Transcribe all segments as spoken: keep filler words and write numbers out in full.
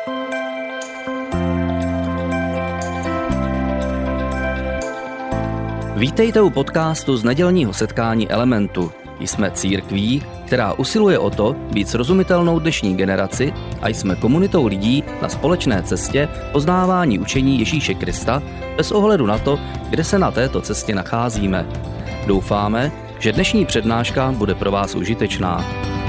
Vítejte u podcastu z nedělního setkání Elementu. Jsme církví, která usiluje o to být srozumitelnou dnešní generaci a jsme komunitou lidí na společné cestě poznávání učení Ježíše Krista bez ohledu na to, kde se na této cestě nacházíme. Doufáme, že dnešní přednáška bude pro vás užitečná.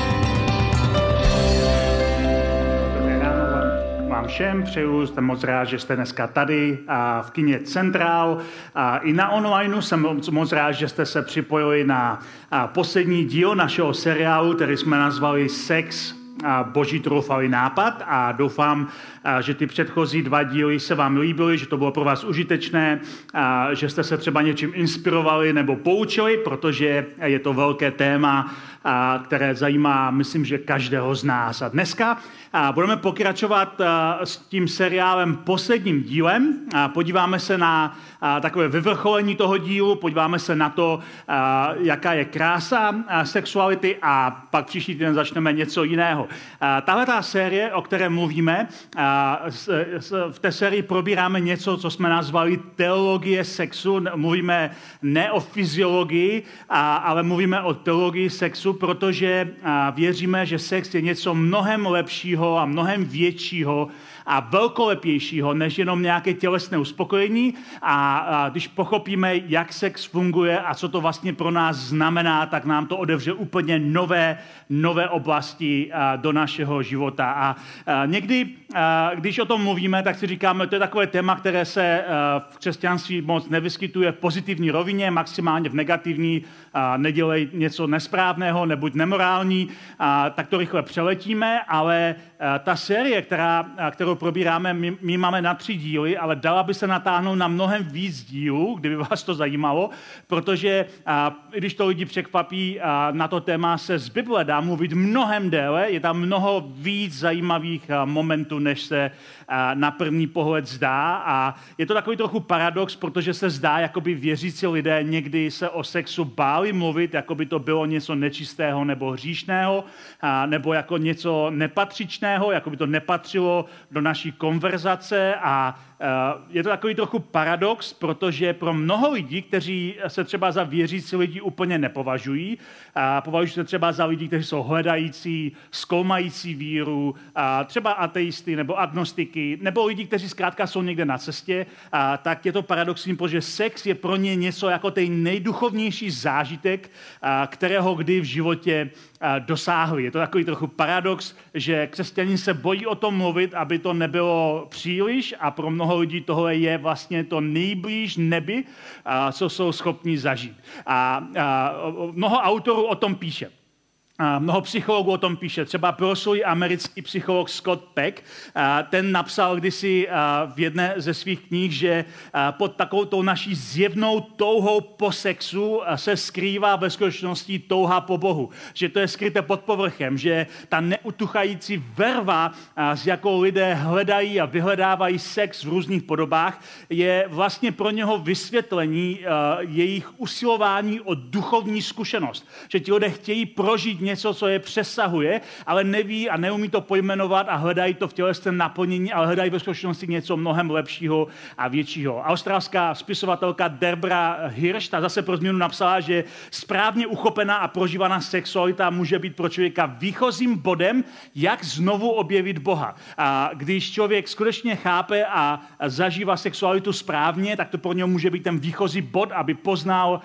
Všem přeju, jsem moc rád, že jste dneska tady a v kině Centrál a i na online. Jsem moc rád, že jste se připojili na poslední díl našeho seriálu, který jsme nazvali Sex a Boží troufalý nápad, a doufám, že ty předchozí dva díly se vám líbily, že to bylo pro vás užitečné, a že jste se třeba něčím inspirovali nebo poučili, protože je to velké téma, a které zajímá, myslím, že každého z nás. A dneska a budeme pokračovat a, s tím seriálem posledním dílem. A podíváme se na a, takové vyvrcholení toho dílu, podíváme se na to, a, jaká je krása a, sexuality, a pak příští týden začneme něco jiného. Tahle ta série, o které mluvíme, a, s, s, v té sérii probíráme něco, co jsme nazvali teologie sexu. Mluvíme ne o fyziologii, a, ale mluvíme o teologii sexu, protože a, věříme, že sex je něco mnohem lepšího a mnohem většího a velkolepějšího, než jenom nějaké tělesné uspokojení. A, a když pochopíme, jak sex funguje a co to vlastně pro nás znamená, tak nám to otevře úplně nové, nové oblasti a, do našeho života. A, a někdy, a, když o tom mluvíme, tak si říkáme, to je takové téma, které se a, v křesťanství moc nevyskytuje v pozitivní rovině, maximálně v negativní. A, nedělej něco nesprávného, nebuď nemorální, a, tak to rychle přeletíme, ale a, ta série, která, a, kterou probíráme, my, my máme na tři díly, ale dala by se natáhnout na mnohem víc dílů, kdyby vás to zajímalo, protože a, když to lidi překvapí, a, na to téma se z Bible dá mluvit mnohem déle, je tam mnoho víc zajímavých a, momentů, než se a, na první pohled zdá, a je to takový trochu paradox, protože se zdá, jakoby věřící lidé někdy se o sexu báli mluvit, jako by to bylo něco nečistého nebo hříšného, a, nebo jako něco nepatřičného, jako by to nepatřilo do naší konverzace, a je to takový trochu paradox, protože pro mnoho lidí, kteří se třeba za věřící lidi úplně nepovažují, a považují se třeba za lidi, kteří jsou hledající, zkoumající víru, a třeba ateisty nebo agnostiky, nebo lidi, kteří zkrátka jsou někde na cestě, a tak je to paradoxní, protože sex je pro ně něco jako ten nejduchovnější zážitek, a kterého kdy v životě a dosáhli. Je to takový trochu paradox, že křesťané se bojí o tom mluvit, aby to nebylo příliš, a pro mnoho lidí tohle je vlastně to nejblíž nebi, a co jsou schopni zažít. A, a mnoho autorů o tom píše. A mnoho psychologů o tom píše. Třeba proslulý americký psycholog Scott Peck, a ten napsal kdysi v jedné ze svých knih, že pod takovou tou naší zjevnou touhou po sexu se skrývá ve skutečnosti touha po Bohu. Že to je skryté pod povrchem, že ta neutuchající verva, s jakou lidé hledají a vyhledávají sex v různých podobách, je vlastně pro něho vysvětlení jejich usilování o duchovní zkušenost. Že ti lidé chtějí prožít něco, co je přesahuje, ale neví a neumí to pojmenovat a hledají to v tělesném naplnění, ale hledají ve skutečnosti něco mnohem lepšího a většího. Australská spisovatelka Debra Hirsch, ta zase pro změnu napsala, že správně uchopená a prožívaná sexualita může být pro člověka výchozím bodem, jak znovu objevit Boha. A když člověk skutečně chápe a zažívá sexualitu správně, tak to pro něho může být ten výchozí bod, aby poznal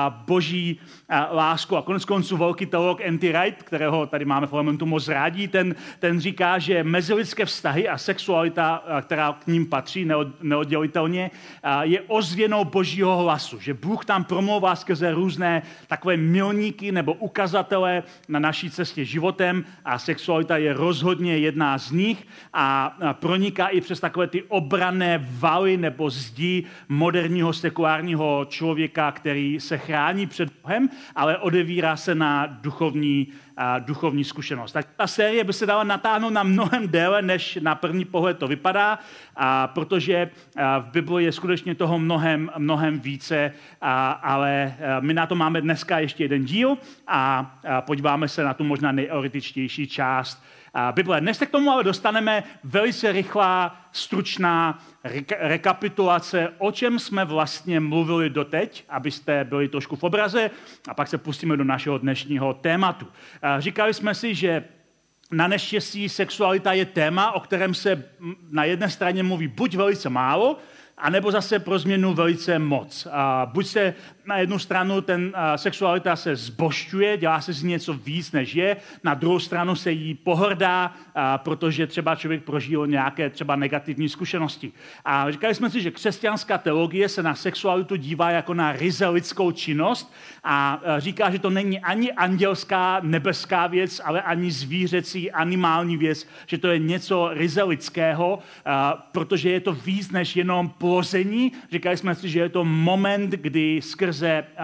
Boží lásku. A konec konců velký teolog N T Wright, kterého tady máme v Elementu moc rádi, ten, ten říká, že mezilidské vztahy a sexualita, která k ním patří neoddělitelně, je ozvěnou Božího hlasu. Že Bůh tam promlouvá skrze různé takové milníky nebo ukazatele na naší cestě životem, a sexualita je rozhodně jedna z nich a proniká i přes takové ty obranné valy nebo zdi moderního sekulárního člověka, který se chrání před Bohem, ale odevírá se na duchovní a duchovní zkušenost. Tak ta série by se dala natáhnout na mnohem déle, než na první pohled to vypadá, a protože a v Bibli je skutečně toho mnohem, mnohem více, a, ale my na to máme dneska ještě jeden díl a, a podíváme se na tu možná nejeuretičtější část Bible. Dnes se k tomu ale dostaneme velice rychlá, stručná re- rekapitulace, o čem jsme vlastně mluvili doteď, abyste byli trošku v obraze, a pak se pustíme do našeho dnešního tématu. Říkali jsme si, že na neštěstí sexualita je téma, o kterém se na jedné straně mluví buď velice málo, anebo zase pro změnu velice moc. A buď se na jednu stranu ten a, sexualita se zbožťuje, dělá se z ní něco víc, než je, na druhou stranu se jí pohrdá, a, protože třeba člověk prožil nějaké třeba negativní zkušenosti. A říkali jsme si, že křesťanská teologie se na sexualitu dívá jako na ryze lidskou činnost a, a říká, že to není ani andělská, nebeská věc, ale ani zvířecí, animální věc, že to je něco ryze lidského, a, protože je to víc než jenom plození. Říkali jsme si, že je to moment, kdy skrze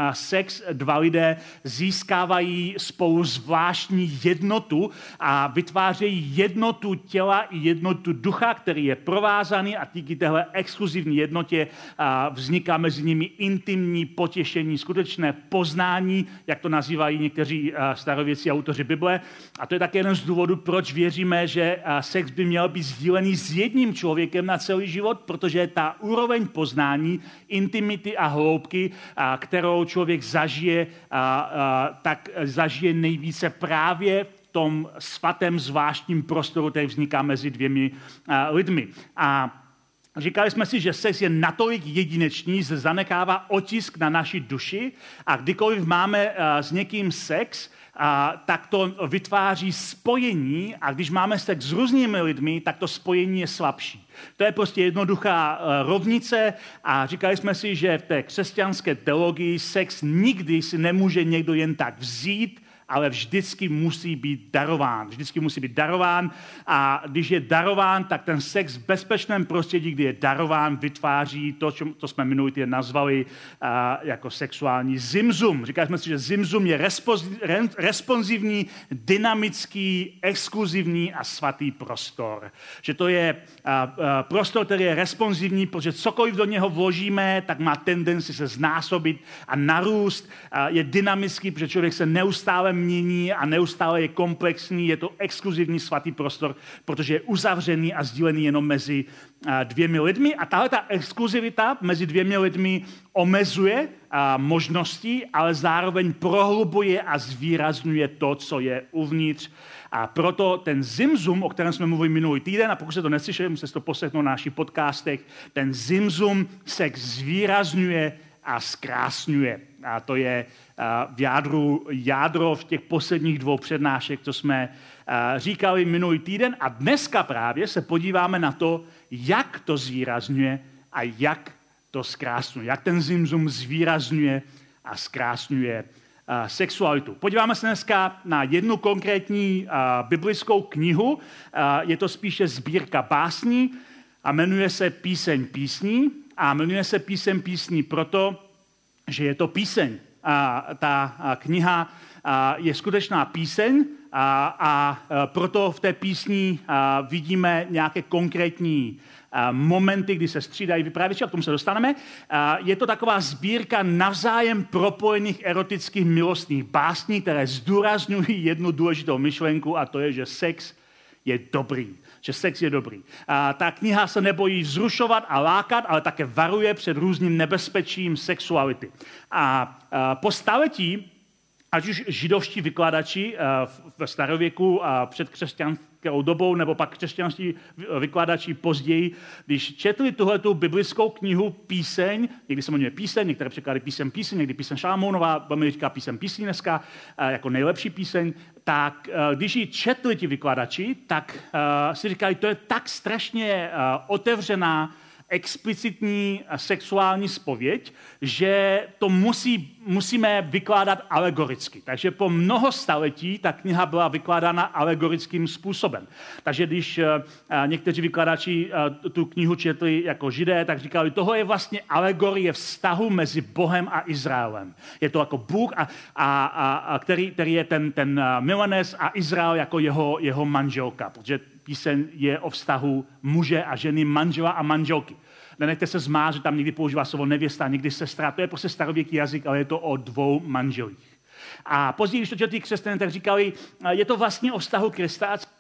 sex dva lidé získávají spolu zvláštní jednotu a vytvářejí jednotu těla i jednotu ducha, který je provázaný a díky téhle exkluzivní jednotě vzniká mezi nimi intimní potěšení, skutečné poznání, jak to nazývají někteří starověcí autoři Bible. A to je také jeden z důvodů, proč věříme, že sex by měl být sdílený s jedním člověkem na celý život, protože ta úroveň poznání, intimity a hloubky, a, kterou člověk zažije, a, a, tak zažije nejvíce právě v tom svatém zvláštním prostoru, který vzniká mezi dvěmi a, lidmi. A říkali jsme si, že sex je natolik jedinečný, že zanechává otisk na naši duši a kdykoliv máme a, s někým sex, a, tak to vytváří spojení a když máme sex s různými lidmi, tak to spojení je slabší. To je prostě jednoduchá uh, rovnice a říkali jsme si, že v té křesťanské teologii sex nikdy si nemůže někdo jen tak vzít, ale vždycky musí být darován. Vždycky musí být darován a když je darován, tak ten sex v bezpečném prostředí, kdy je darován, vytváří to, co jsme minulý týden nazvali uh, jako sexuální zimzum. Říkali jsme si, že zimzum je responz- responsivní, dynamický, exkluzivní a svatý prostor. Že to je uh, uh, prostor, který je responsivní, protože cokoliv do něho vložíme, tak má tendenci se znásobit a narůst. Uh, je dynamický, protože člověk se neustále mění a neustále je komplexní, je to exkluzivní svatý prostor, protože je uzavřený a sdílený jenom mezi dvěmi lidmi. A tahle ta exkluzivita mezi dvěmi lidmi omezuje možnosti, ale zároveň prohlubuje a zvýrazňuje to, co je uvnitř. A proto ten zimzum, o kterém jsme mluvili minulý týden, a pokud se to neslyšeli, musíte to poslechnout na našich podcastech, ten zimzum se zvýrazňuje a zkrásňuje. A to je v jádru, jádro v těch posledních dvou přednášek, co jsme říkali minulý týden. A dneska právě se podíváme na to, jak to zvýrazňuje a jak to zkrásňuje. Jak ten zimzum zvýrazňuje a zkrásňuje sexualitu. Podíváme se dneska na jednu konkrétní biblickou knihu. Je to spíše sbírka básní a jmenuje se Píseň písní. A jmenuje se Píseň písní proto, že je to píseň. A ta kniha je skutečná píseň a, a proto v té písni vidíme nějaké konkrétní momenty, kdy se střídají vypravěči, a k tomu se dostaneme. Je to taková sbírka navzájem propojených erotických milostných básní, které zdůrazňují jednu důležitou myšlenku a to je, že sex je dobrý. Že sex je dobrý. A ta kniha se nebojí vzrušovat a lákat, ale také varuje před různým nebezpečím sexuality. A, a po staletí, ať už židovští vykladači ve starověku a před křesťanskou dobou, nebo pak křesťanští vykladači později, když četli tuhletu biblickou knihu Píseň, někdy se jmenuje Píseň, některé překlady Píseň píseň, někdy Píseň Šalamounová, budeme říká Píseň písní dneska, jako nejlepší píseň, tak když ji četli ti vykladači, tak si říkali, to je tak strašně otevřená, explicitní sexuální zpověď, že to musí, musíme vykládat alegoricky. Takže po mnoho staletí ta kniha byla vykládána alegorickým způsobem. Takže když někteří vykladači tu knihu četli jako Židé, tak říkali, toho je vlastně alegorie vztahu mezi Bohem a Izraelem. Je to jako Bůh, a, a, a, který, který je ten, ten milenec a Izrael jako jeho, jeho manželka, protože píseň je o vztahu muže a ženy, manžela a manželky. Nenechte se zmát, že tam někdy používá slovo nevěsta, někdy sestra, to je prostě starověký jazyk, ale je to o dvou manželích. A později, když to četli křesťané, tak říkali, je to vlastně o vztahu Krista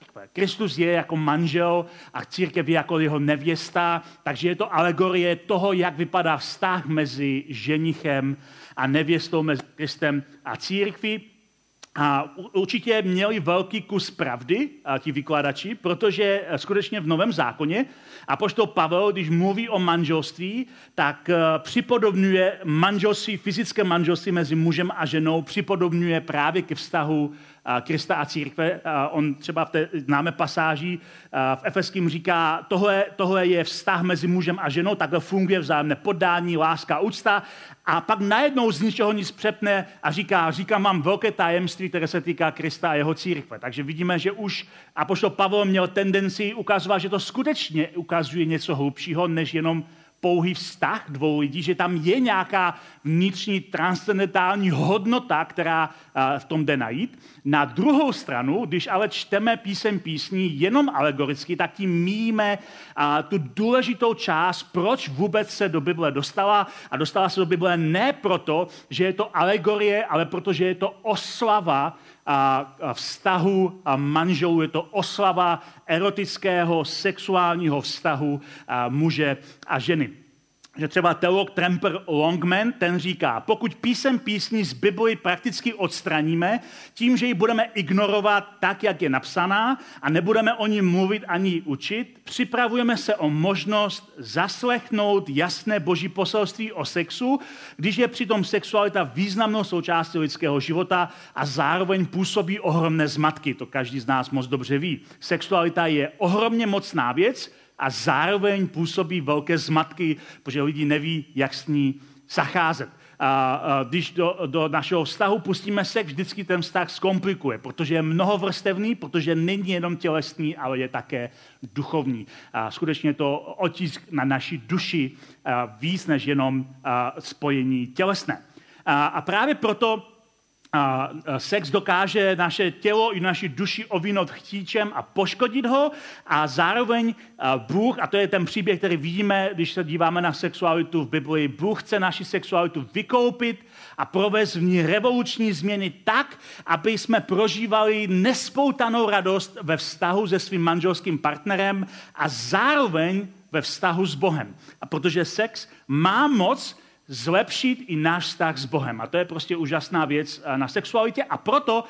církve. Kristus je jako manžel a církev je jako jeho nevěsta, takže je to alegorie toho, jak vypadá vztah mezi ženichem a nevěstou, mezi Kristem a církví. A určitě měli velký kus pravdy, ti vykladači, protože skutečně v Novém zákoně apoštol Pavel, když mluví o manželství, tak připodobňuje manželství, fyzické manželství mezi mužem a ženou, připodobňuje právě ke vztahu Krista a církve. On třeba v té známé pasáži v Efeským říká, tohle, tohle je vztah mezi mužem a ženou, takhle funguje vzájemné poddání, láska, úcta. A pak najednou z ničeho nic přepne a říká, říkám vám velké tajemství, které se týká Krista a jeho církve. Takže vidíme, že už apoštol Pavel měl tendenci ukazovat, že to skutečně ukazuje něco hlubšího, než jenom pouhý vztah dvou lidí, že tam je nějaká vnitřní transcendentální hodnota, která v tom jde najít. Na druhou stranu, když ale čteme písem písní jenom alegoricky, tak tím míjíme tu důležitou část, proč vůbec se do Bible dostala. A dostala se do Bible ne proto, že je to alegorie, ale protože je to oslava vztahu manželů, je to oslava erotického, sexuálního vztahu muže a ženy. Že třeba teolog Tremper Longman, ten říká, pokud písem písní z Bibli prakticky odstraníme tím, že ji budeme ignorovat tak, jak je napsaná a nebudeme o ní mluvit ani učit, připravujeme se o možnost zaslechnout jasné boží poselství o sexu, když je přitom sexualita významnou součástí lidského života a zároveň působí ohromné zmatky. To každý z nás moc dobře ví. Sexualita je ohromně mocná věc, a zároveň působí velké zmatky, protože lidi neví, jak s ní zacházet. A, a když do, do našeho vztahu pustíme sex, vždycky ten vztah zkomplikuje, protože je mnohovrstevný, protože není jenom tělesný, ale je také duchovní. A skutečně je to otisk na naší duši a, víc než jenom a, spojení tělesné. A, a právě proto A sex dokáže naše tělo i naši duši ovinout chtíčem a poškodit ho a zároveň Bůh, a to je ten příběh, který vidíme, když se díváme na sexualitu v Biblii, Bůh chce naši sexualitu vykoupit a provést v ní revoluční změny tak, aby jsme prožívali nespoutanou radost ve vztahu se svým manželským partnerem a zároveň ve vztahu s Bohem. A protože sex má moc zlepšit i náš vztah s Bohem. A to je prostě úžasná věc na sexualitě. A proto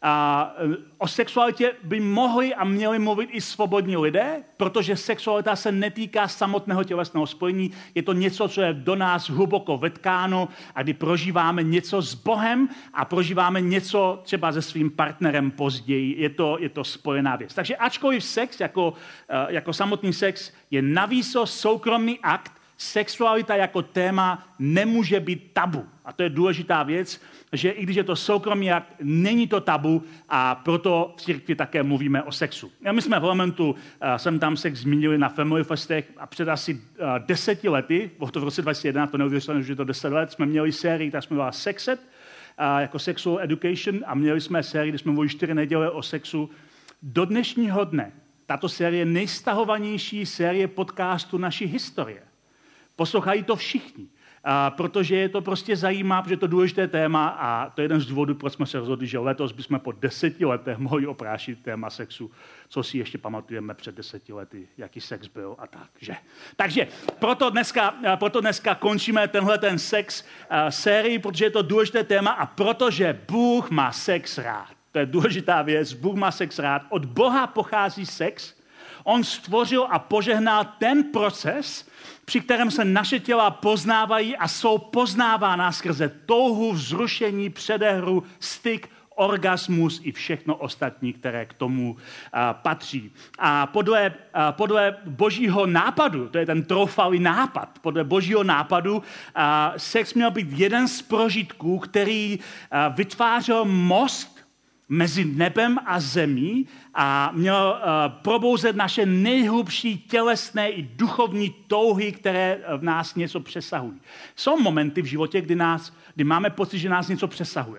a, o sexualitě by mohli a měli mluvit i svobodní lidé, protože sexualita se netýká samotného tělesného spojení. Je to něco, co je do nás hluboko vetkáno a kdy prožíváme něco s Bohem a prožíváme něco třeba se svým partnerem později. Je to, je to spojená věc. Takže ačkoliv sex jako, jako samotný sex je navýsost soukromý akt, sexualita jako téma nemůže být tabu. A to je důležitá věc, že i když je to soukromý akt, není to tabu a proto v církvi také mluvíme o sexu. My jsme v Elementu, jsem tam sex zmínili na Family Festech a před asi deseti lety, bylo to v roce dva tisíce jedenáct, to neuvěřitelné, že je to deset let, jsme měli sérii, která jsme byla Sexet, jako Sexual Education a měli jsme sérii, kde jsme mluvili čtyři neděle o sexu. Do dnešního dne tato série je nejstahovanější série podcastu naší historie. Poslouchají to všichni, a protože je to prostě zajímá, protože je to důležité téma a to je jeden z důvodů, proč jsme se rozhodli, že letos bychom po deseti letech mohli oprášit téma sexu, co si ještě pamatujeme před deseti lety, jaký sex byl a tak, že. Takže proto dneska, proto dneska končíme tenhle ten sex uh, sérii, protože je to důležité téma a protože Bůh má sex rád. To je důležitá věc, Bůh má sex rád. Od Boha pochází sex. On stvořil a požehnal ten proces, při kterém se naše těla poznávají a jsou poznávána skrze touhu, vzrušení, předehru, styk, orgasmus i všechno ostatní, které k tomu a, patří. A podle, a podle božího nápadu, to je ten troufalý nápad, podle božího nápadu, a, sex měl být jeden z prožitků, který a, vytvářel most mezi nebem a zemí a měl uh, probouzet naše nejhlubší tělesné i duchovní touhy, které v nás něco přesahují. Jsou momenty v životě, kdy, nás, kdy máme pocit, že nás něco přesahuje.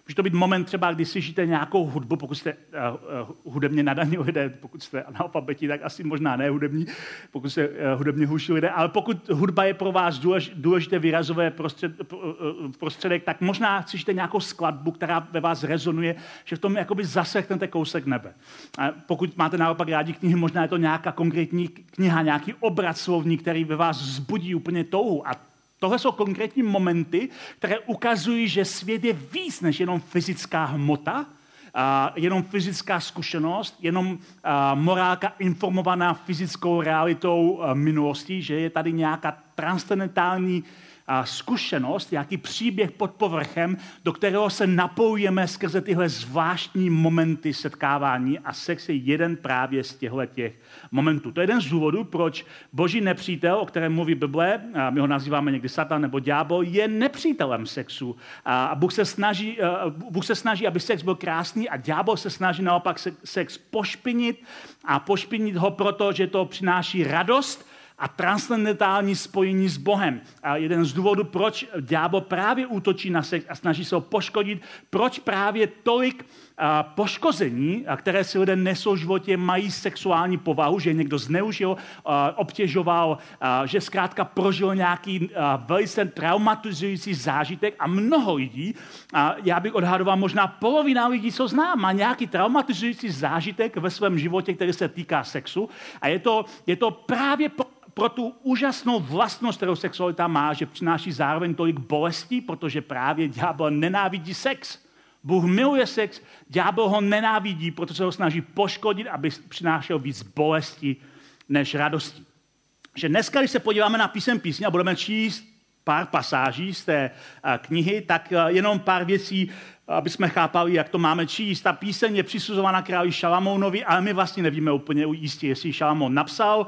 Může to být moment třeba, kdy slyšíte nějakou hudbu, pokud jste uh, uh, hudebně nadaní lidé, pokud jste analfabeti, tak asi možná ne hudební, pokud jste uh, hudebně hluší lidé, ale pokud hudba je pro vás důlež, důležité výrazové prostřed, uh, prostředek, tak možná slyšíte nějakou skladbu, která ve vás rezonuje, že v tom jakoby zaseknete kousek nebe. A pokud máte naopak rádi knihy, možná je to nějaká konkrétní kniha, nějaký obraz slovní, který ve vás vzbudí úplně touhu. A tohle jsou konkrétní momenty, které ukazují, že svět je víc než jenom fyzická hmota, a jenom fyzická zkušenost, jenom a, morálka informovaná fyzickou realitou a, minulosti, že je tady nějaká transcendentální a, zkušenost, nějaký příběh pod povrchem, do kterého se napojujeme skrze tyhle zvláštní momenty setkávání a sex je jeden právě z těchto těch momentů. To je jeden z důvodů, proč boží nepřítel, o kterém mluví Bible, a my ho nazýváme někdy Satan nebo ďábel, je nepřítelem sexu. A Bůh se snaží, Bůh se snaží, aby sex byl krásný a ďábel se snaží naopak sex pošpinit a pošpinit ho proto, že to přináší radost a transcendentální spojení s Bohem. A jeden z důvodů, proč ďábel právě útočí na sex a snaží se ho poškodit, proč právě tolik a, poškození, a které si lidé nesou v životě, mají sexuální povahu, že někdo zneužil, a, obtěžoval, a, že zkrátka prožil nějaký a, velice traumatizující zážitek a mnoho lidí, a já bych odhadoval možná polovina lidí, co znám, má nějaký traumatizující zážitek ve svém životě, který se týká sexu a je to, je to právě po pro tu úžasnou vlastnost, kterou sexualita má, že přináší zároveň tolik bolestí, protože právě ďábel nenávidí sex. Bůh miluje sex, ďábel ho nenávidí, protože ho snaží poškodit, aby přinášel víc bolesti než radosti. Že dneska, když se podíváme na písem písně a budeme číst pár pasáží z té knihy, tak jenom pár věcí, aby jsme chápali, jak to máme číst. Ta píseň je přisuzována králi Šalamounovi, ale my vlastně nevíme úplně jistě, jestli Šalamoun napsal.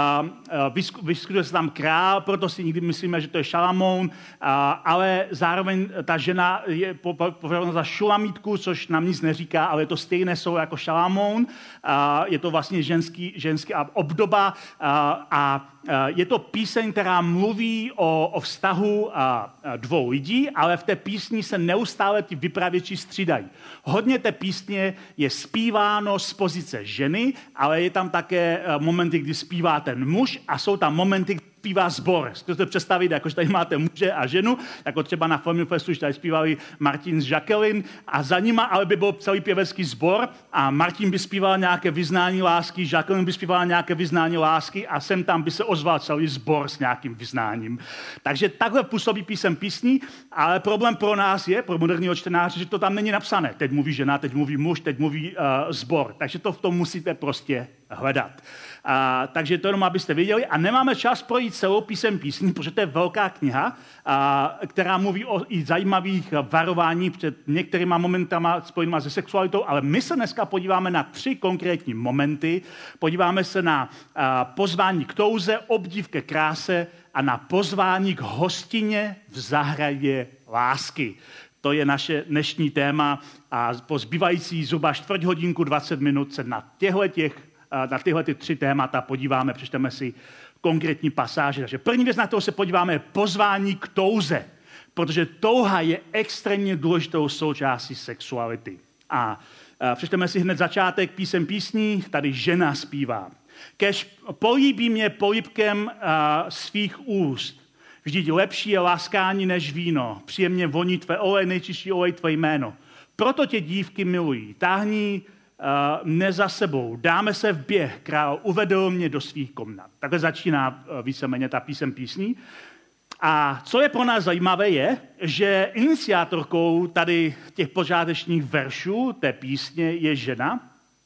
Vyskytuje se tam král, proto si nikdy myslíme, že to je Šalamoun, ale zároveň ta žena je považována za Šulamítku, což nám nic neříká, ale je to stejné slovo jako Šalamoun. Je to vlastně ženský, ženský obdoba a je to píseň, která mluví o, o vztahu dvou lidí, ale v té písni se neustále ty vypravěči střídají. Hodně té písně je zpíváno z pozice ženy, ale je tam také momenty, kdy zpívá ten muž a jsou tam momenty, kdy zpívá sbor. Zkuste představit, jakože tady máte muže a ženu, jako třeba na Filmfestu, že tady zpívali Martin s Jacqueline a za nima ale by byl celý pěvecký sbor a Martin by zpíval nějaké vyznání lásky, Jacqueline by zpívala nějaké vyznání lásky a sem tam by se ozval celý sbor s nějakým vyznáním. Takže takhle působí písem písní, ale problém pro nás je, pro moderního čtenáře, že to tam není napsané. Teď mluví žena, teď mluví muž, teď mluví uh, sbor. Takže to v tom musíte prostě hledat. A, takže to jenom, abyste věděli. A nemáme čas projít celou písem písní, protože to je velká kniha, a, která mluví o i zajímavých varování před některýma momentama spojenýma se sexualitou, ale my se dneska podíváme na tři konkrétní momenty. Podíváme se na a, pozvání k touze, obdiv ke kráse a na pozvání k hostině v zahradě lásky. To je naše dnešní téma a po zbývající zhruba čtvrt hodinku, dvacet minut se na těchto těch na tyhle ty tři témata podíváme, přečteme si konkrétní pasáže. Takže první věc, na kterou se podíváme, je pozvání k touze, protože touha je extrémně důležitou součástí sexuality. A, a přečteme si hned začátek písem písní, tady žena zpívá. Kež políbí mě políbkem a, svých úst, vždyť lepší je láskání než víno, příjemně voní tvé olej, nejčistší olej tvé jméno. Proto tě dívky milují, táhní Uh, ne za sebou. Dáme se v běh, král uvedl mě do svých komnat. Takhle začíná uh, víceméně ta písem písní. A co je pro nás zajímavé je, že iniciátorkou tady těch počátečních veršů té písně je žena,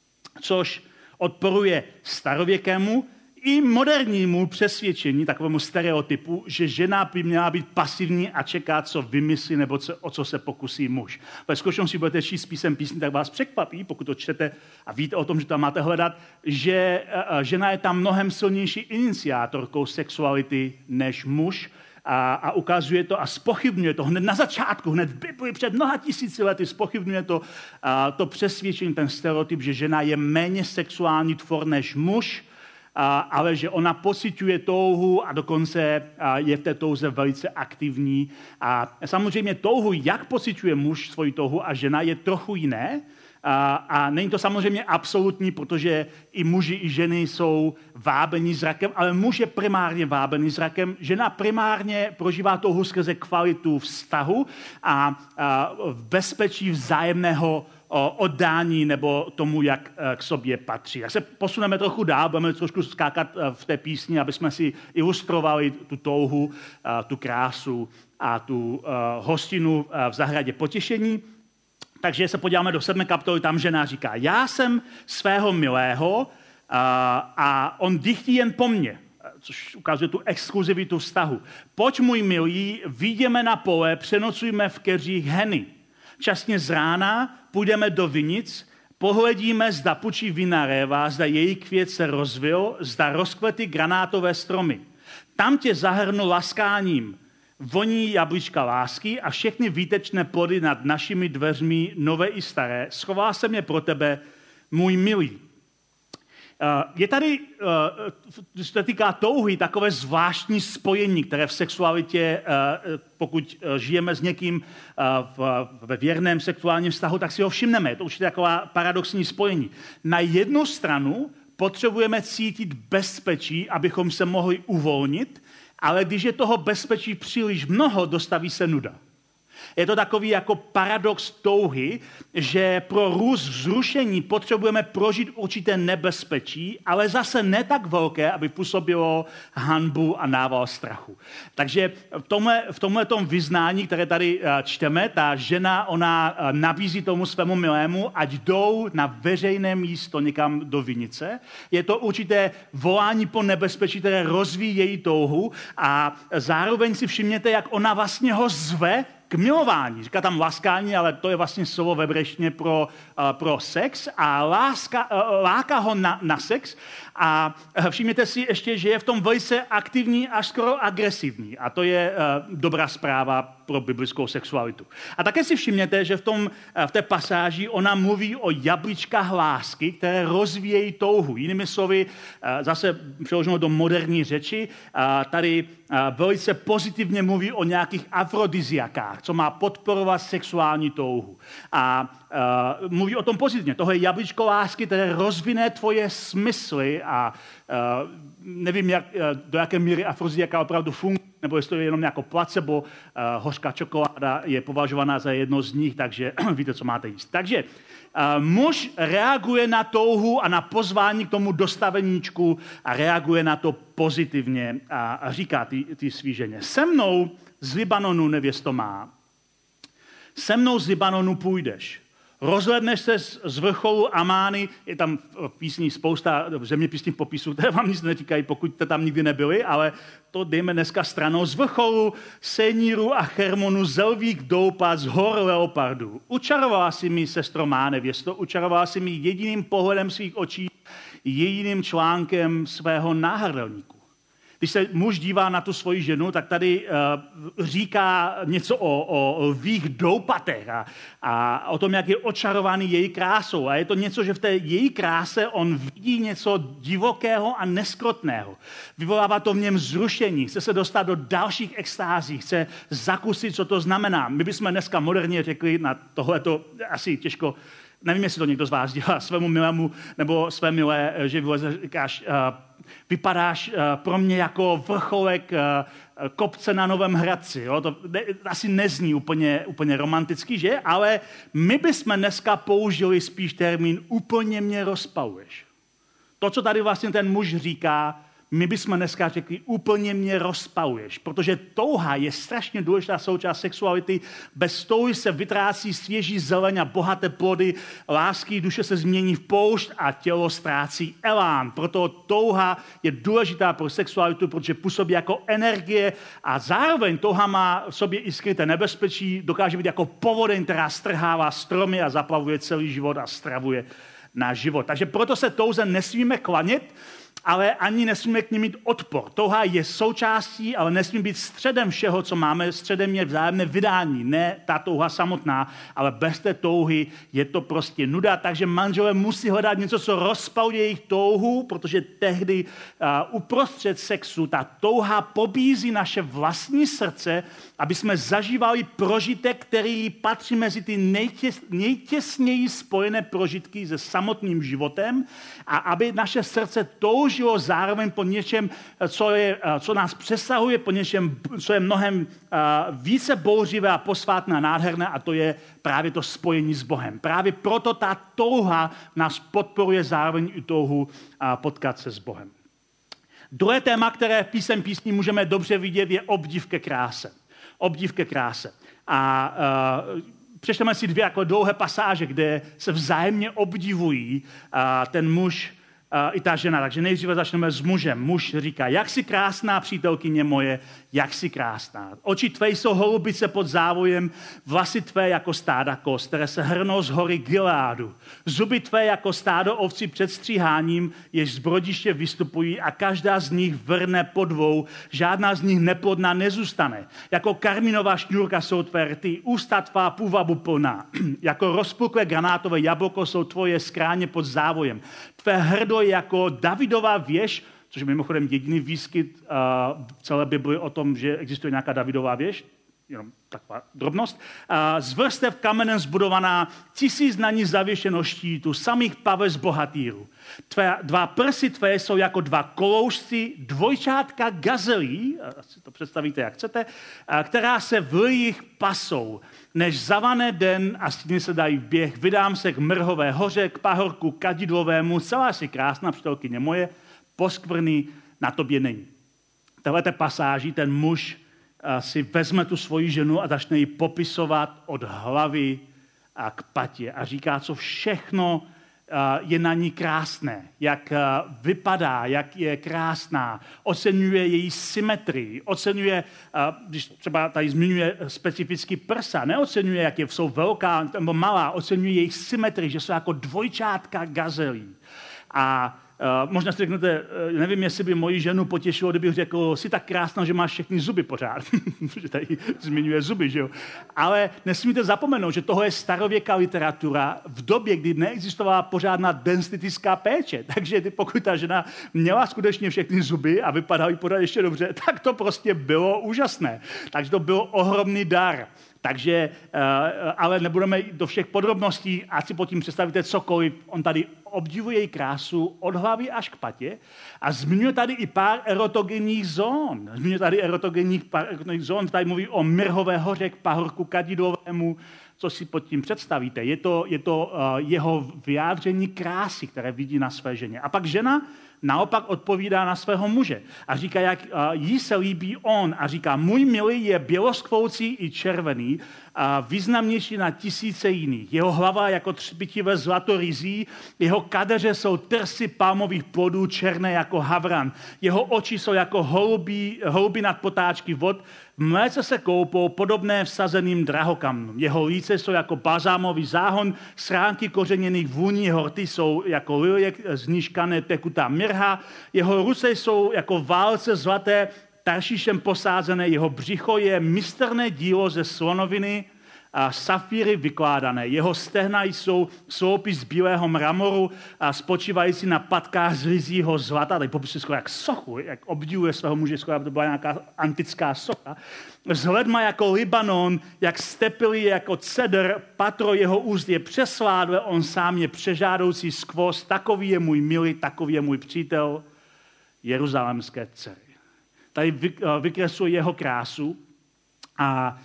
což odporuje starověkému i modernímu přesvědčení, takovému stereotypu, že žena by měla být pasivní a čekat, co vymyslí nebo co, o co se pokusí muž. Ve skutečnosti budete číst písem písní, tak vás překvapí, pokud to čtete a víte o tom, že tam máte hledat, že žena je tam mnohem silnější iniciátorkou sexuality než muž a, a ukazuje to a zpochybňuje to hned na začátku, hned v Bibli před mnoha tisíci lety zpochybňuje to, a, to přesvědčení, ten stereotyp, že žena je méně sexuální tvor než muž, ale že ona pociťuje touhu a dokonce je v té touze velice aktivní. A samozřejmě touhu, jak pociťuje muž svoji touhu a žena, je trochu jiné. A, a není to samozřejmě absolutní, protože i muži, i ženy jsou vábení zrakem, ale muž je primárně vábený zrakem, žena primárně prožívá touhu skrze kvalitu vztahu a, a v bezpečí vzájemného oddání nebo tomu, jak k sobě patří. Jak se posuneme trochu dál, budeme trošku skákat v té písni, aby jsme si ilustrovali tu touhu, tu krásu a tu hostinu v zahradě potěšení. Takže se podíváme do sedmé kapitoly, tam žena říká, já jsem svého milého a, a on dychtí jen po mně, což ukazuje tu exkluzivitu vztahu. Pojď, můj milý, vyjdeme na pole, přenocujme v keřích heny. Časně z rána půjdeme do vinic, pohledíme, zda pučí vina réva, zda její květ se rozvil, zda rozkvety granátové stromy. Tam tě zahrnu laskáním, voní jablíčka lásky a všechny výtečné plody nad našimi dveřmi, nové i staré, schová se mě pro tebe, můj milý. Je tady, co se týká touhy, takové zvláštní spojení, které v sexualitě, pokud žijeme s někým ve věrném sexuálním vztahu, tak si ho všimneme. Je to určitě taková paradoxní spojení. Na jednu stranu potřebujeme cítit bezpečí, abychom se mohli uvolnit, ale když je toho bezpečí příliš mnoho, dostaví se nuda. Je to takový jako paradox touhy, že pro růst vzrušení potřebujeme prožít určité nebezpečí, ale zase ne tak velké, aby působilo hanbu a nával strachu. Takže v tomhle, v tomhletom vyznání, které tady čteme, ta žena, ona nabízí tomu svému milému, ať jdou na veřejné místo někam do vinice. Je to určité volání po nebezpečí, které rozvíjí její touhu a zároveň si všimněte, jak ona vlastně ho zve k milování. Říká tam laskání, ale to je vlastně slovo ve hebrejštině pro, uh, pro sex a láska, uh, láká ho na, na sex a uh, všimněte si ještě, že je v tom velice aktivní až skoro agresivní a to je uh, dobrá zpráva pro biblickou sexualitu. A také si všimněte, že v, tom, uh, v té pasáži ona mluví o jablíčkách lásky, které rozvíjejí touhu. Jinými slovy, uh, zase přeloženo do moderní řeči, uh, tady uh, velice pozitivně mluví o nějakých afrodiziakách, co má podporovat sexuální touhu. A uh, mluví o tom pozitivně. Tohle je jablíčko lásky, které rozvine tvoje smysly a uh, nevím, jak, uh, do jaké míry afrodiziaka opravdu funguje, nebo jestli to je jenom jako placebo. Uh, hořká čokoláda je považovaná za jedno z nich, takže víte, co máte jíst. Takže uh, muž reaguje na touhu a na pozvání k tomu dostaveníčku a reaguje na to pozitivně a, a říká ty, ty svý ženě. Se mnou z Libanonu, nevěsto má, se mnou z Libanonu půjdeš. Rozhledneš se z vrcholu Amány, je tam v písni spousta zeměpisných popisů, které vám nic neříkají, pokud jste tam nikdy nebyli, ale to dejme dneska stranou. Z vrcholu Seníru a Hermonu zelvík doupat z hor leopardů. Učarovala si mi, sestro má nevěsto, učarovala si mi jediným pohledem svých očí, jediným článkem svého náhrdelníku. Když se muž dívá na tu svoji ženu, tak tady uh, říká něco o, o lvých doupatech a, a o tom, jak je očarovaný její krásou. A je to něco, že v té její kráse on vidí něco divokého a neskrotného. Vyvolává to v něm zrušení, chce se dostat do dalších extází, chce zakusit, co to znamená. My bychom dneska moderně řekli na tohleto asi těžko, nevím, jestli to někdo z vás dělá svému milému nebo své milé, že vyleze, říkáš, uh, vypadáš uh, pro mě jako vrcholek uh, kopce na Novém Hradci. Jo? To ne, asi nezní úplně, úplně romanticky, že? Ale my bychom dneska použili spíš termín úplně mě rozpaluješ. To, co tady vlastně ten muž říká, my bychom dneska řekli, úplně mě rozpaluješ, protože touha je strašně důležitá součást sexuality. Bez touhy se vytrácí svěží zeleň a bohaté plody lásky, duše se změní v poušť a tělo ztrácí elán. Proto touha je důležitá pro sexualitu, protože působí jako energie a zároveň touha má v sobě i skryté nebezpečí, dokáže být jako povodeň, která strhává stromy a zaplavuje celý život a stravuje náš život. Takže proto se touze nesmíme klanět, ale ani nesmíme k ní mít odpor. Touha je součástí, ale nesmí být středem všeho, co máme. Středem je vzájemné vydání, ne ta touha samotná, ale bez té touhy je to prostě nuda. Takže manželé musí hledat něco, co rozpaluje jejich touhu, protože tehdy uh, uprostřed sexu ta touha pobízí naše vlastní srdce, aby jsme zažívali prožitek, který patří mezi ty nejtěs, nejtěsněji spojené prožitky se samotným životem a aby naše srdce toužilo zároveň po něčem, co, je, co nás přesahuje, po něčem, co je mnohem uh, více bouřivé a posvátné a nádherné, a to je právě to spojení s Bohem. Právě proto ta touha nás podporuje zároveň i touhu uh, potkat se s Bohem. Druhé téma, které v písem písní můžeme dobře vidět, je obdiv ke kráse. Obdiv ke kráse. A uh, přečteme si dvě jako dlouhé pasáže, kde se vzájemně obdivují uh, ten muž uh, i ta žena. Takže nejdříve začneme s mužem. Muž říká, jak jsi krásná, přítelkyně moje, jak jsi krásná. Oči tvé jsou holubice pod závojem, vlasy tvé jako stáda koz, které se hrnou z hory Gileádu. Zuby tvé jako stádo ovcí před stříháním, jež z brodiště vystupují a každá z nich vrne po dvou, žádná z nich neplodná nezůstane. Jako karminová šňůrka jsou tvé rty, ústa tvá půvabu plná. Jako rozpuklé granátové jablko jsou tvoje skráně pod závojem. Tvé hrdo je jako Davidova věž, což je mimochodem jediný výskyt uh, v celé Bibli o tom, že existuje nějaká Davidová věž, jenom taková drobnost. Uh, z vrstev kamenem zbudovaná, tisíc na ní zavěšeno štítu, samých paves bohatýrů. Tvé, dva prsy tvé jsou jako dva koloušci, dvojčátka gazelí, asi to představíte, jak chcete, uh, která se v jejich pasou. Než zavané den a stíny se dají v běh, vydám se k Mrhové hoře, k pahorku kadidlovému, celá si krásná, přítelkyně moje, poskvrny na tobě není. V této pasáži ten muž uh, si vezme tu svoji ženu a začne ji popisovat od hlavy a k patě a říká, co všechno uh, je na ní krásné, jak uh, vypadá, jak je krásná, oceňuje její symetrii, oceňuje, uh, když třeba tady zmiňuje specificky prsa, neoceňuje, jak je, jsou velká nebo malá, oceňuje jejich symetrii, že jsou jako dvojčátka gazelí. A Uh, možná si řeknete, uh, nevím, jestli by moji ženu potěšilo, kdybych řekl, jsi tak krásná, že máš všechny zuby pořád. Protože tady zmiňuje zuby, že jo. Ale nesmíte zapomenout, že toho je starověká literatura v době, kdy neexistovala pořádná denstitická péče. Takže pokud ta žena měla skutečně všechny zuby a vypadala jí pořád ještě dobře, tak to prostě bylo úžasné. Takže to byl ohromný dar. Takže, ale nebudeme do všech podrobností, ať si pod tím představíte cokoliv. On tady obdivuje její krásu od hlavy až k patě a zmiňuje tady i pár erotogenních zón. Zmiňuje tady erotogenních pár erotogenních zón, tady mluví o Mrhové hoře, k pahorku kadidlovému, co si pod tím představíte. Je to, je to uh, jeho vyjádření krásy, které vidí na své ženě. A pak žena naopak odpovídá na svého muže a říká, jak uh, jí se líbí on a říká, můj milý je běloskvoucí i červený a významnější na tisíce jiných. Jeho hlava jako třpitivé zlato rizí, jeho kadeře jsou trsy palmových plodů černé jako havran. Jeho oči jsou jako holubí, holuby nad potáčky vod, v mléce se koupou podobné vsazeným drahokamnům. Jeho líce jsou jako balzámový záhon, sránky kořeněných vůní, jeho rty jsou jako lilie znížkané tekutá mirha, jeho ruce jsou jako válce zlaté, taršíšem posázené, jeho břicho je mistrné dílo ze slonoviny a safíry vykládané. Jeho stehna jsou sloupy z bílého mramoru a spočívající na patkách z rizího zlata. Tady popisuje skoro jak sochu, jak obdivuje svého muže, skoro aby to byla nějaká antická socha. Vzhled má jako Libanon, jak stepilý jako cedr, patro jeho úst je přesládle, on sám je přežádoucí skvost, takový je můj milý, takový je můj přítel, jeruzalémské dcery. Tady vykresluje jeho krásu a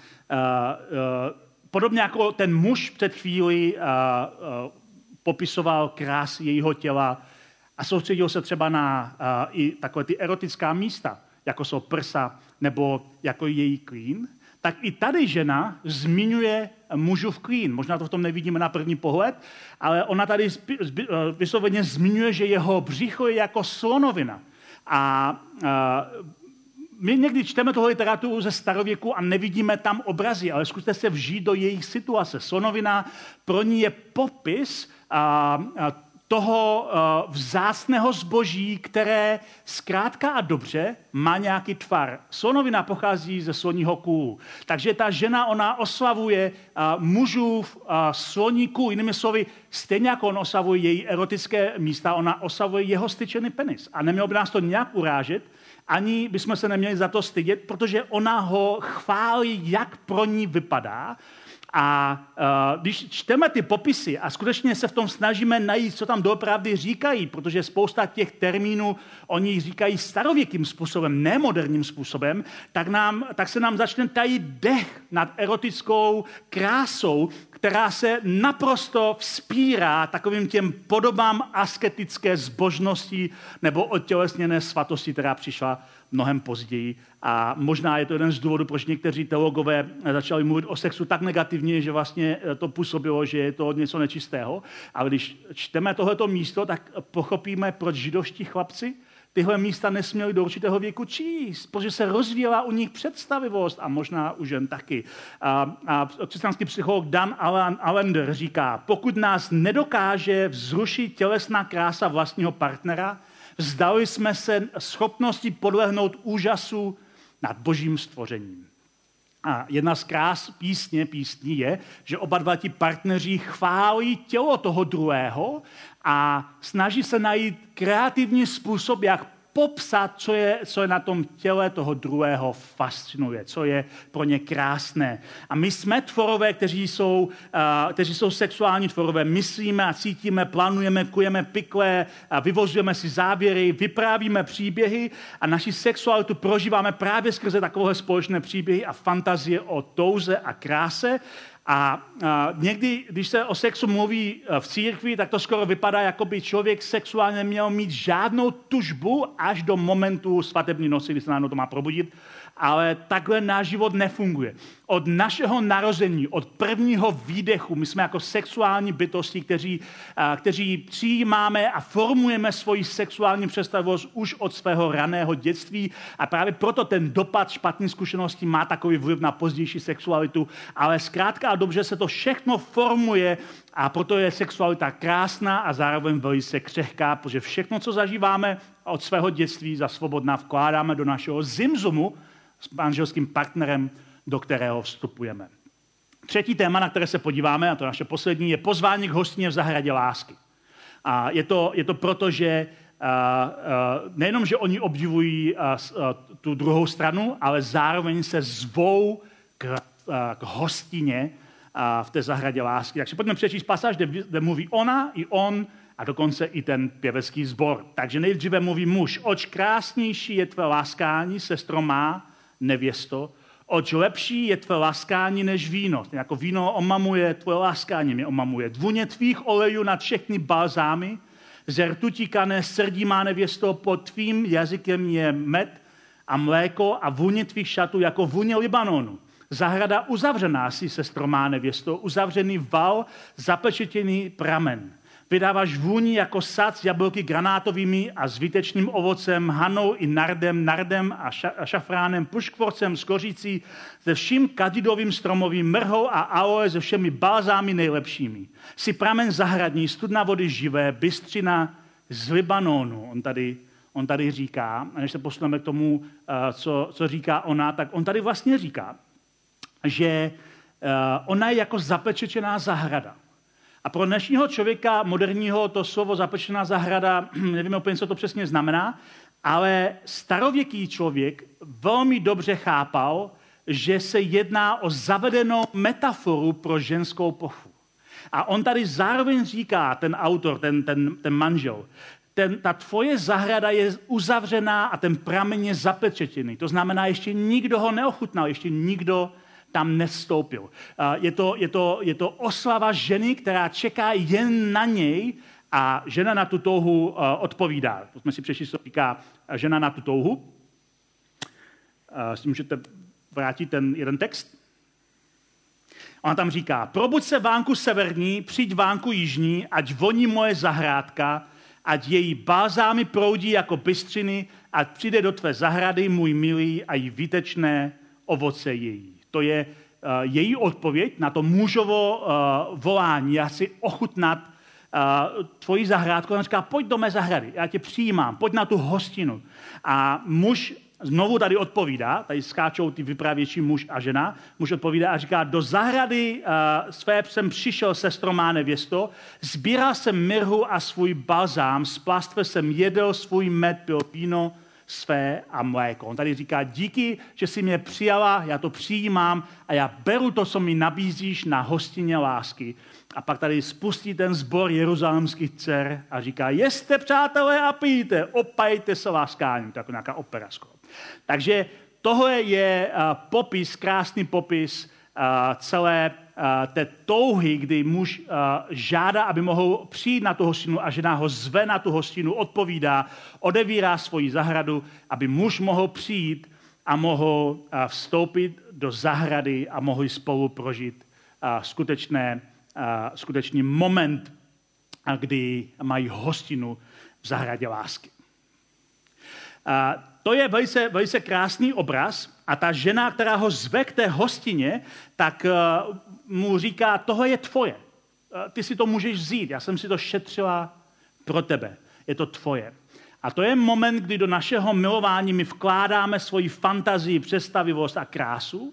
uh, uh, podobně jako ten muž před chvílí uh, uh, popisoval krásy jejího těla a soustředil se třeba na uh, i takové ty erotická místa, jako jsou prsa nebo jako její klín, tak i tady žena zmiňuje mužův klín. Možná to v tom nevidíme na první pohled, ale ona tady vysloveně zmiňuje, že jeho břicho je jako slonovina. A uh, my někdy čteme toho literaturu ze starověku a nevidíme tam obrazy, ale zkuste se vžít do jejich situace. Slonovina pro ní je popis a, a toho vzácného zboží, které zkrátka a dobře má nějaký tvar. Slonovina pochází ze sloního kůlu. Takže ta žena, ona oslavuje mužův sloní kůl. Jinými slovy, stejně jako on oslavuje její erotické místa, ona oslavuje jeho styčený penis. A nemělo by nás to nějak urážet, ani bychom se neměli za to stydět, protože ona ho chválí, jak pro ní vypadá. A uh, když čteme ty popisy a skutečně se v tom snažíme najít, co tam doopravdy říkají, protože spousta těch termínů oni říkají starověkým způsobem, nemoderním způsobem, tak, nám, tak se nám začne tajit dech nad erotickou krásou, která se naprosto vzpírá takovým těm podobám asketické zbožnosti nebo odtělesněné svatosti, která přišla mnohem později. A možná je to jeden z důvodů, proč někteří teologové začali mluvit o sexu tak negativně, že vlastně to působilo, že je to něco nečistého. Ale když čteme tohleto místo, tak pochopíme, proč židovští chlapci tyhle místa nesměli do určitého věku číst, protože se rozvíjela u nich představivost a možná u žen taky. A, a křesťanský psycholog Dan Allender říká, pokud nás nedokáže vzrušit tělesná krása vlastního partnera, vzdali jsme se schopnosti podlehnout úžasu nad božím stvořením. A jedna z krás písně, písní je, že oba dva ti partneři chválí tělo toho druhého a snaží se najít kreativní způsob, jak popsat, co je, co je na tom těle toho druhého fascinuje, co je pro ně krásné. A my jsme tvorové, kteří jsou, uh, kteří jsou sexuální tvorové. Myslíme a cítíme, plánujeme, kujeme pikle, a vyvozujeme si závěry, vyprávíme příběhy a naši sexualitu prožíváme právě skrze takové společné příběhy a fantazie o touze a kráse. A, a někdy, když se o sexu mluví v církvi, tak to skoro vypadá, jako by člověk sexuálně neměl mít žádnou tužbu až do momentu svatební noci, kdy se nám to má probudit. Ale takhle náš život nefunguje. Od našeho narození, od prvního výdechu, my jsme jako sexuální bytosti, kteří, kteří přijímáme a formujeme svoji sexuální představivost už od svého raného dětství a právě proto ten dopad špatných zkušeností má takový vliv na pozdější sexualitu, ale zkrátka a dobře se to všechno formuje a proto je sexualita krásná a zároveň velice křehká, protože všechno, co zažíváme od svého dětství za svobodná, vkládáme do našeho zimzumu s manželským partnerem, do kterého vstupujeme. Třetí téma, na které se podíváme, a to naše poslední, je pozvání k hostině v zahradě lásky. A je to, je to proto, že uh, uh, nejenom, že oni obdivují uh, uh, tu druhou stranu, ale zároveň se zvou k, uh, k hostině uh, v té zahradě lásky. Takže pojďme přečíst pasáž, kde, kde mluví ona i on a dokonce i ten pěvecký sbor. Takže nejdříve mluví muž, oč krásnější je tvé láskání, sestro má, nevěsto, oč lepší je tvé láskání než víno. Jako víno omamuje, tvoje láskání mě omamuje. Dvůně tvých olejů nad všechny balzámy, ze rtutí kané srdí má nevěsto, pod tvým jazykem je med a mléko a vůně tvých šatů jako vůně Libanonu. Zahrada uzavřená si, sestro má nevěsto, uzavřený val, zapečetěný pramen. Vydáváš vůni jako sad s jablky granátovými a s výtečným ovocem, hanou i nardem, nardem a, ša- a šafránem, puškvorcem, skořící, se vším kadidovým stromovým, mrhou a aloe, se všemi balzámy nejlepšími. Jsi pramen zahradní, studna vody živé, bystřina z Libanonu. On tady, on tady říká, a než se posuneme k tomu, co, co říká ona, tak on tady vlastně říká, že ona je jako zapečečená zahrada. A pro dnešního člověka moderního to slovo zapečená zahrada, nevím úplně, co to přesně znamená, ale starověký člověk velmi dobře chápal, že se jedná o zavedenou metaforu pro ženskou pochvu. A on tady zároveň říká, ten autor, ten, ten, ten manžel, ten, ta tvoje zahrada je uzavřená a ten pramen je zapečetěný. To znamená, ještě nikdo ho neochutnal, ještě nikdo tam nevstoupil. Je to, je, to, je to oslava ženy, která čeká jen na něj a žena na tu touhu odpovídá. To jsme si přešli, co říká žena na tu touhu. Si můžete vrátit ten jeden text? Ona tam říká, probuď se vánku severní, přijď vánku jižní, ať voní moje zahrádka, ať její balzámy proudí jako bystřiny, ať přijde do tvé zahrady můj milý a jí výtečné ovoce její. To je uh, její odpověď na to mužovo uh, volání. Já chci ochutnat uh, tvoji zahrádku, on říká, pojď do mé zahrady, já tě přijímám, pojď na tu hostinu. A muž znovu tady odpovídá, tady skáčou ty vypravěči muž a žena, muž odpovídá a říká, do zahrady uh, své jsem přišel, sestro má nevěsto, sbíral jsem mirhu a svůj balzám, z plastve jsem jedl svůj med, pil víno své a mléko. On tady říká, díky, že jsi mě přijala, já to přijímám a já beru to, co mi nabízíš na hostině lásky. A pak tady spustí ten sbor jeruzalémských dcer a říká, jeste přátelé a pijte, opajte se láskáním. To je jako nějaká opera skoro. Takže tohle je uh, popis, krásný popis uh, celé uh, té touhy, kdy muž uh, žádá, aby mohl přijít na tu hostinu a žena ho zve na tu hostinu, odpovídá, odevírá svoji zahradu, aby muž mohl přijít a mohl uh, vstoupit do zahrady a mohli spolu prožít uh, skutečné, uh, skutečný moment, uh, kdy mají hostinu v zahradě lásky. Uh, To je velice, velice krásný obraz a ta žena, která ho zve k té hostině, tak uh, mu říká, tohle je tvoje. Uh, ty si to můžeš vzít, já jsem si to šetřila pro tebe. Je to tvoje. A to je moment, kdy do našeho milování my vkládáme svoji fantazii, představivost a krásu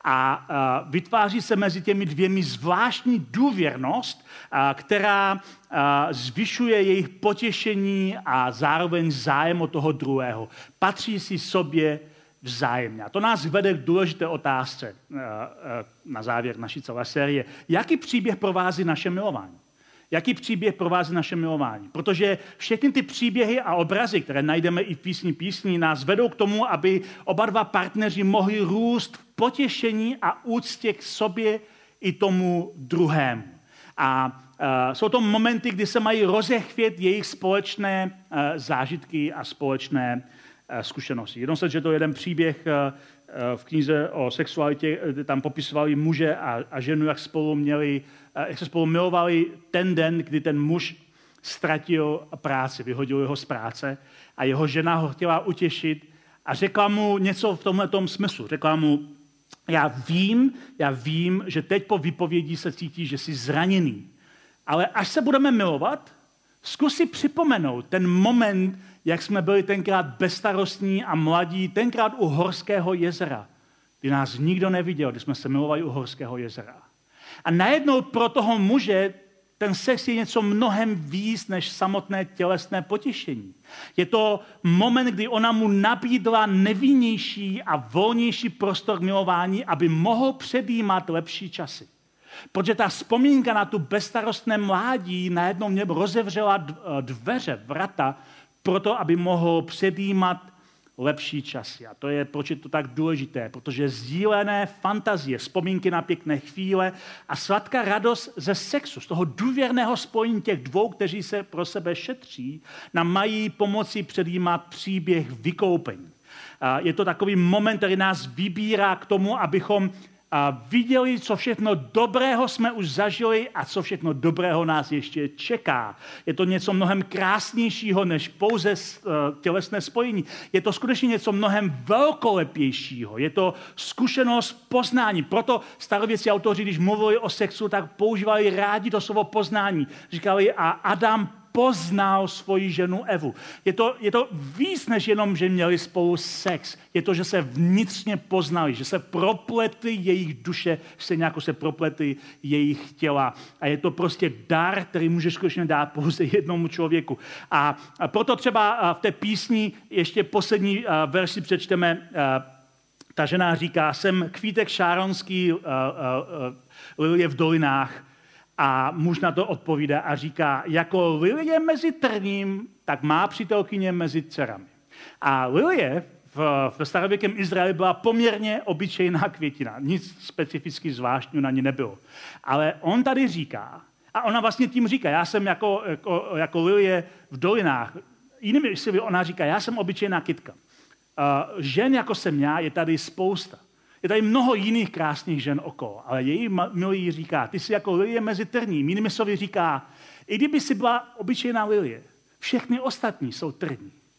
a uh, vytváří se mezi těmi dvěmi zvláštní důvěrnost, uh, která uh, zvyšuje jejich potěšení a zároveň zájem od toho druhého. Patří si sobě vzájemně. A to nás vede k důležité otázce uh, uh, na závěr naší celé série. Jaký příběh provází naše milování? Jaký příběh provází naše milování? Protože všechny ty příběhy a obrazy, které najdeme i v písni písní, nás vedou k tomu, aby oba dva partneři mohli růst v potěšení a úctě k sobě i tomu druhému. A uh, jsou to momenty, kdy se mají rozechvět jejich společné uh, zážitky a společné uh, zkušenosti. Jednou se, že to je jeden příběh uh, v knize o sexualitě, tam popisovali muže a, a ženu, jak spolu měli, jak se spolu milovali ten den, kdy ten muž ztratil práci, vyhodil jeho z práce a jeho žena ho chtěla utěšit a řekla mu něco v tomhletom smyslu. Řekla mu, já vím, já vím, že teď po vypovědi se cítíš, že jsi zraněný, ale až se budeme milovat, zkus si připomenout ten moment, jak jsme byli tenkrát bezstarostní a mladí, tenkrát u Horského jezera, kdy nás nikdo neviděl, kdy jsme se milovali u Horského jezera. A najednou pro toho muže ten sex je něco mnohem víc než samotné tělesné potěšení. Je to moment, kdy ona mu nabídla nevinnější a volnější prostor k milování, aby mohl předjímat lepší časy. Protože ta vzpomínka na tu bezstarostné mládí najednou mě rozevřela dveře, vrata, proto, aby mohl předjímat lepší časy. A to je, proč je to tak důležité, protože sdílené fantazie, vzpomínky na pěkné chvíle a sladká radost ze sexu, z toho důvěrného spojení těch dvou, kteří se pro sebe šetří, nám mají pomoci předjímat příběh vykoupení. Je to takový moment, který nás vybírá k tomu, abychom a viděli, co všechno dobrého jsme už zažili a co všechno dobrého nás ještě čeká. Je to něco mnohem krásnějšího než pouze tělesné spojení. Je to skutečně něco mnohem velkolepějšího. Je to zkušenost poznání. Proto starověcí autoři, když mluvili o sexu, tak používali rádi to slovo poznání. Říkali, a Adam poznal svoji ženu Evu. Je to, je to víc, než jenom, že měli spolu sex. Je to, že se vnitřně poznali, že se propletly jejich duše, stejně jako se propletly jejich těla. A je to prostě dar, který můžeš skutečně dát pouze jednomu člověku. A, a proto třeba v té písni ještě poslední verši přečteme. Ta žena říká, jsem kvítek šáronský, lilie v dolinách. A muž na to odpovídá a říká, jako lilie mezi trním, tak má přítelkyně mezi dcerami. A lilie v, v starověkém Izraeli byla poměrně obyčejná květina. Nic specificky zvláštního na ní nebylo. Ale on tady říká, a ona vlastně tím říká, já jsem jako, jako, jako lilie v dolinách. Jinými slovy, ona říká, já jsem obyčejná kytka. Uh, žen jako jsem já je tady spousta. Je tady mnoho jiných krásných žen okolo, ale její milý říká, ty jsi jako lilie mezi trním. Jinými slovy říká, i kdyby si byla obyčejná lilie, všechny ostatní jsou trní.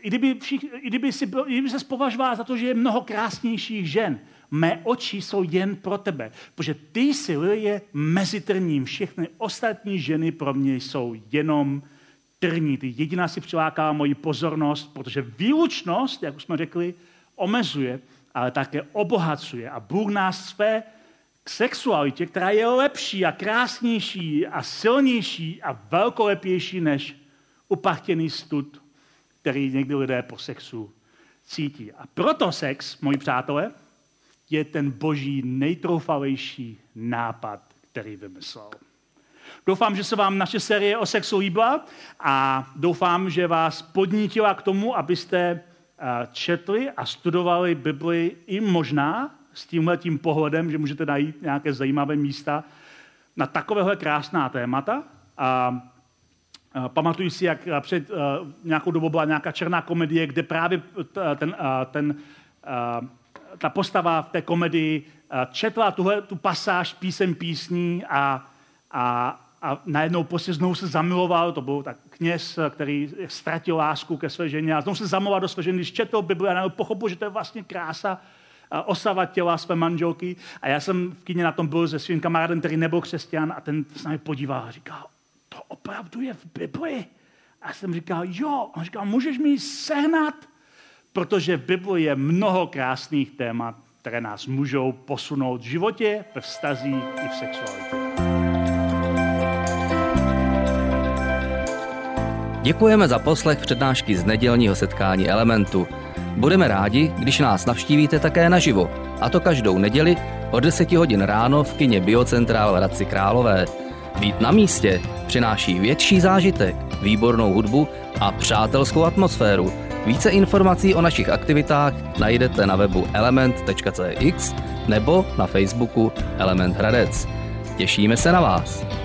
i kdyby, všich, i kdyby, si, i kdyby se považoval za to, že je mnoho krásnějších žen, mé oči jsou jen pro tebe, protože ty jsi lilie mezi trním. Všechny ostatní ženy pro mě jsou jenom trní. Ty jediná si přilákala moji pozornost, protože výlučnost, jak už jsme řekli, omezuje, ale také obohacuje. A Bůh nás své k sexualitě, která je lepší a krásnější a silnější a velkolepější než upachtěný stud, který někdy lidé po sexu cítí. A proto sex, moji přátelé, je ten boží nejtroufalejší nápad, který vymyslel. Doufám, že se vám naše série o sexu líbila a doufám, že vás podnítila k tomu, abyste četli a studovali Bibli i možná s tímhletím pohledem, že můžete najít nějaké zajímavé místa na takovéhle krásná témata. A pamatuju si, jak před nějakou dobou byla nějaká černá komedie, kde právě ten, ten, ta postava v té komedii četla tuhle, tu pasáž písem písní a, a, a najednou prostě znovu se zamiloval. To byl tak kněz, který ztratil lásku ke své ženě a znovu se zamiloval do své ženy, když četl Bibli a najednou pochopil, že to je vlastně krása osava těla své manželky. A já jsem v kině na tom byl se svým kamarádem, který nebyl křesťan a ten se na mě podíval a říkal, to opravdu je v Bibli? A já jsem říkal, jo. A on říkal, můžeš mi ji sehnat? Protože v Bibli je mnoho krásných témat, které nás můžou posunout v životě, ve vztazích i v sexualitě. Děkujeme za poslech přednášky z nedělního setkání Elementu. Budeme rádi, když nás navštívíte také naživo, a to každou neděli od deseti hodin ráno v kině Biocentral v Hradci Králové. Být na místě přináší větší zážitek, výbornou hudbu a přátelskou atmosféru. Více informací o našich aktivitách najdete na webu element tečka cé x nebo na Facebooku Element Hradec. Těšíme se na vás.